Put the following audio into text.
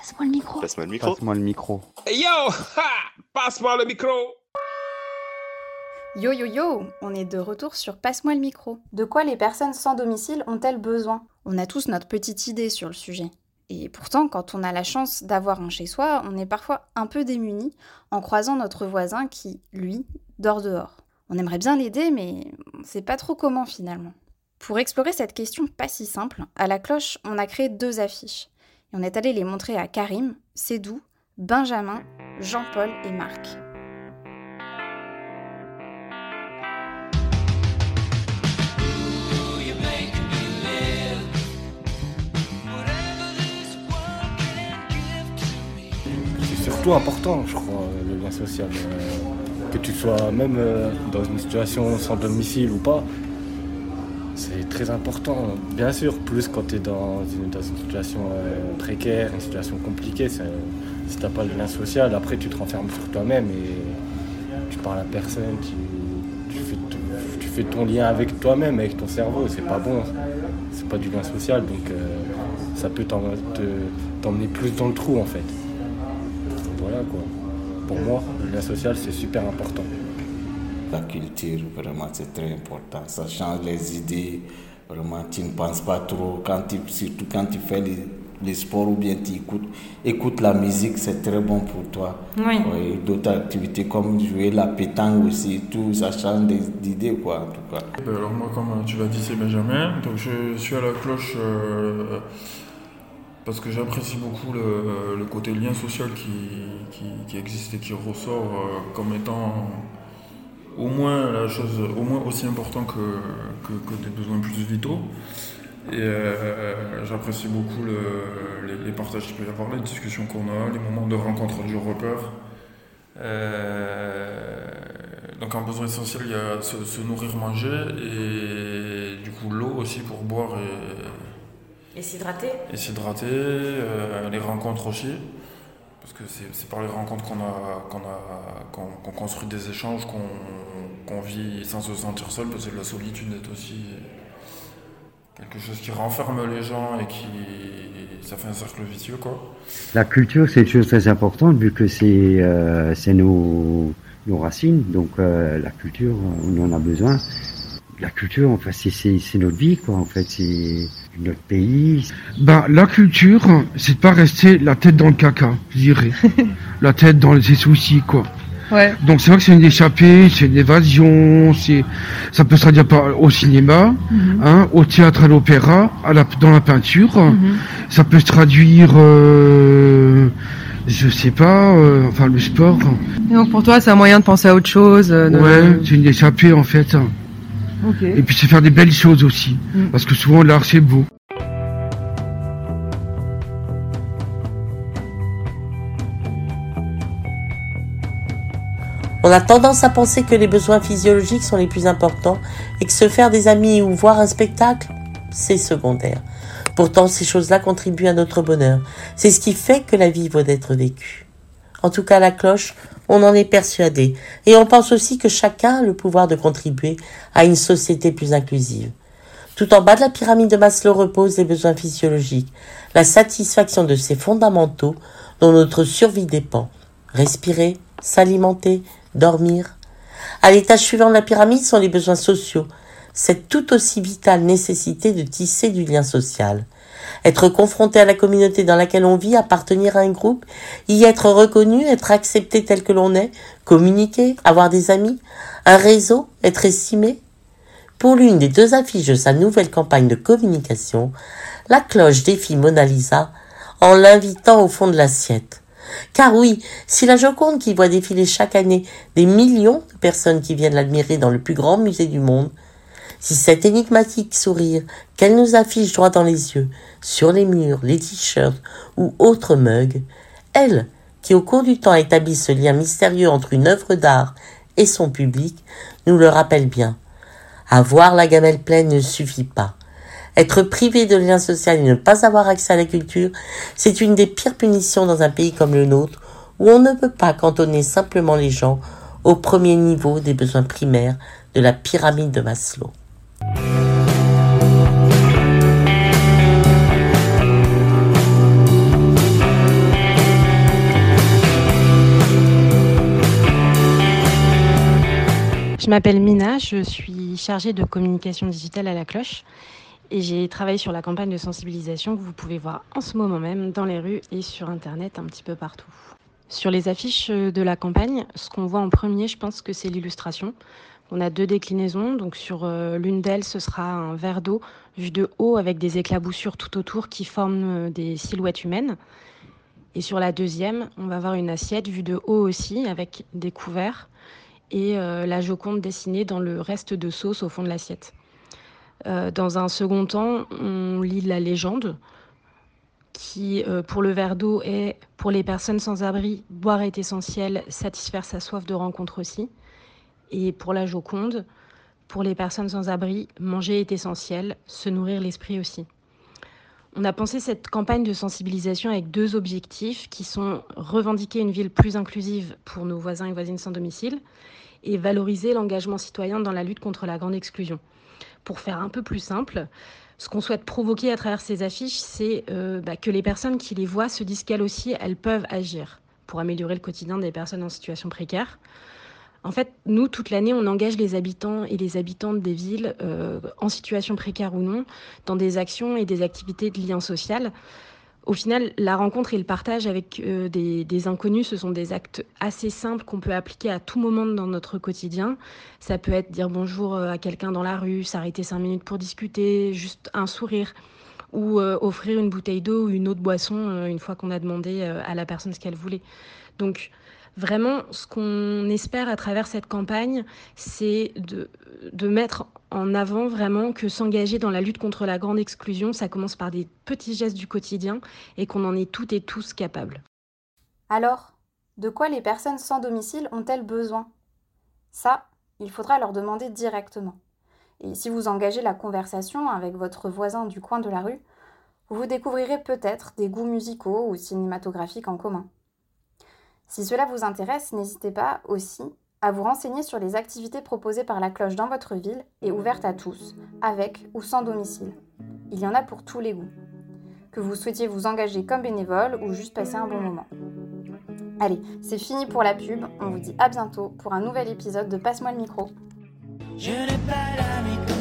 Passe-moi le micro. Passe-moi le micro. Passe-moi le micro. Hey yo, passe-moi le micro. Yo yo yo, on est de retour sur Passe-moi le micro. De quoi les personnes sans domicile ont-elles besoin ? On a tous notre petite idée sur le sujet. Et pourtant, quand on a la chance d'avoir un chez-soi, on est parfois un peu démuni en croisant notre voisin qui, lui, dort dehors. On aimerait bien l'aider, mais on ne sait pas trop comment finalement. Pour explorer cette question pas si simple, à la cloche, on a créé 2 affiches. Et on est allé les montrer à Karim, Sédou, Benjamin, Jean-Paul et Marc. C'est surtout important, je crois, le lien social. Que tu sois même dans une situation sans domicile ou pas, c'est très important. Bien sûr, plus quand tu es dans une situation précaire, une situation compliquée, si tu n'as pas le lien social, après tu te renfermes sur toi-même et tu parles à personne, tu fais ton lien avec toi-même, avec ton cerveau, c'est pas bon, c'est pas du lien social, donc ça peut t'emmener plus dans le trou en fait. Voilà quoi. Pour moi, le lien social c'est super important. La culture, vraiment, c'est très important. Ça change les idées. Vraiment, tu ne penses pas trop. Surtout quand tu fais les sports ou bien tu écoutes la musique, c'est très bon pour toi. Oui. Oui, d'autres activités comme jouer la pétanque aussi, tout, ça change d'idées, quoi, en tout cas. Alors moi, comme tu l'as dit, c'est Benjamin. Donc je suis à la cloche parce que j'apprécie beaucoup le côté lien social qui existe et qui ressort comme étant au moins aussi important que des besoins plus vitaux. Et j'apprécie beaucoup les partages qu'il peut y avoir, les discussions qu'on a, les moments de rencontre du repère. Donc un besoin essentiel, il y a se nourrir, manger, et du coup l'eau aussi pour boire Et s'hydrater. Les rencontres aussi. Parce que c'est par les rencontres qu'on construit des échanges, qu'on vit sans se sentir seul, parce que la solitude est aussi quelque chose qui renferme les gens et ça fait un cercle vicieux, quoi. La culture, c'est une chose très importante vu que c'est nos racines. Donc la culture, on en a besoin. La culture, enfin, c'est notre vie, quoi. En fait, c'est notre pays. La culture, c'est de pas rester la tête dans le caca, je dirais. La tête dans ses soucis, quoi. Ouais. Donc c'est vrai que c'est une échappée, c'est une évasion, ça peut se traduire au cinéma, au théâtre, à l'opéra, dans la peinture. Ça peut se traduire, je sais pas, le sport. Et donc pour toi, c'est un moyen de penser à autre chose. Ouais, c'est une échappée en fait. Okay. Et puis c'est faire des belles choses aussi, parce que souvent l'art c'est beau. On a tendance à penser que les besoins physiologiques sont les plus importants et que se faire des amis ou voir un spectacle, c'est secondaire. Pourtant, ces choses-là contribuent à notre bonheur. C'est ce qui fait que la vie vaut d'être vécue. En tout cas, à la cloche, on en est persuadé. Et on pense aussi que chacun a le pouvoir de contribuer à une société plus inclusive. Tout en bas de la pyramide de Maslow reposent les besoins physiologiques, la satisfaction de ces fondamentaux dont notre survie dépend. Respirer, s'alimenter, dormir. À l'étage suivant de la pyramide sont les besoins sociaux, cette tout aussi vitale nécessité de tisser du lien social. Être confronté à la communauté dans laquelle on vit, appartenir à un groupe, y être reconnu, être accepté tel que l'on est, communiquer, avoir des amis, un réseau, être estimé. Pour l'une des 2 affiches de sa nouvelle campagne de communication, la cloche défie Mona Lisa en l'invitant au fond de l'assiette. Car oui, si la Joconde qui voit défiler chaque année des millions de personnes qui viennent l'admirer dans le plus grand musée du monde, si cet énigmatique sourire qu'elle nous affiche droit dans les yeux, sur les murs, les t-shirts ou autres mugs, elle, qui au cours du temps a établi ce lien mystérieux entre une œuvre d'art et son public, nous le rappelle bien. Avoir la gamelle pleine ne suffit pas. Être privé de lien social et ne pas avoir accès à la culture, c'est une des pires punitions dans un pays comme le nôtre, où on ne peut pas cantonner simplement les gens au premier niveau des besoins primaires de la pyramide de Maslow. Je m'appelle Mina, je suis chargée de communication digitale à La Cloche et j'ai travaillé sur la campagne de sensibilisation que vous pouvez voir en ce moment même dans les rues et sur Internet un petit peu partout. Sur les affiches de la campagne, ce qu'on voit en premier, je pense que c'est l'illustration. On a 2 déclinaisons, donc sur l'une d'elles, ce sera un verre d'eau vu de haut avec des éclaboussures tout autour qui forment des silhouettes humaines. Et sur la deuxième, on va avoir une assiette vue de haut aussi avec des couverts et la Joconde dessinée dans le reste de sauce au fond de l'assiette. Dans un second temps, on lit la légende qui, pour le verre d'eau, est « Pour les personnes sans abri, boire est essentiel, satisfaire sa soif de rencontre aussi ». Et pour la Joconde, pour les personnes sans abri, manger est essentiel, se nourrir l'esprit aussi. On a pensé cette campagne de sensibilisation avec 2 objectifs qui sont revendiquer une ville plus inclusive pour nos voisins et voisines sans domicile et valoriser l'engagement citoyen dans la lutte contre la grande exclusion. Pour faire un peu plus simple, ce qu'on souhaite provoquer à travers ces affiches, c'est que les personnes qui les voient se disent qu'elles aussi, elles peuvent agir pour améliorer le quotidien des personnes en situation précaire. En fait, nous, toute l'année, on engage les habitants et les habitantes des villes, en situation précaire ou non, dans des actions et des activités de lien social. Au final, la rencontre et le partage avec des inconnus, ce sont des actes assez simples qu'on peut appliquer à tout moment dans notre quotidien. Ça peut être dire bonjour à quelqu'un dans la rue, s'arrêter 5 minutes pour discuter, juste un sourire, ou offrir une bouteille d'eau ou une autre boisson une fois qu'on a demandé à la personne ce qu'elle voulait. Donc, vraiment, ce qu'on espère à travers cette campagne, c'est de mettre en avant vraiment que s'engager dans la lutte contre la grande exclusion, ça commence par des petits gestes du quotidien et qu'on en est toutes et tous capables. Alors, de quoi les personnes sans domicile ont-elles besoin ? Ça, il faudra leur demander directement. Et si vous engagez la conversation avec votre voisin du coin de la rue, vous découvrirez peut-être des goûts musicaux ou cinématographiques en commun. Si cela vous intéresse, n'hésitez pas aussi à vous renseigner sur les activités proposées par la Cloche dans votre ville et ouvertes à tous, avec ou sans domicile. Il y en a pour tous les goûts. Que vous souhaitiez vous engager comme bénévole ou juste passer un bon moment. Allez, c'est fini pour la pub. On vous dit à bientôt pour un nouvel épisode de Passe-moi le micro. Je n'ai pas la micro.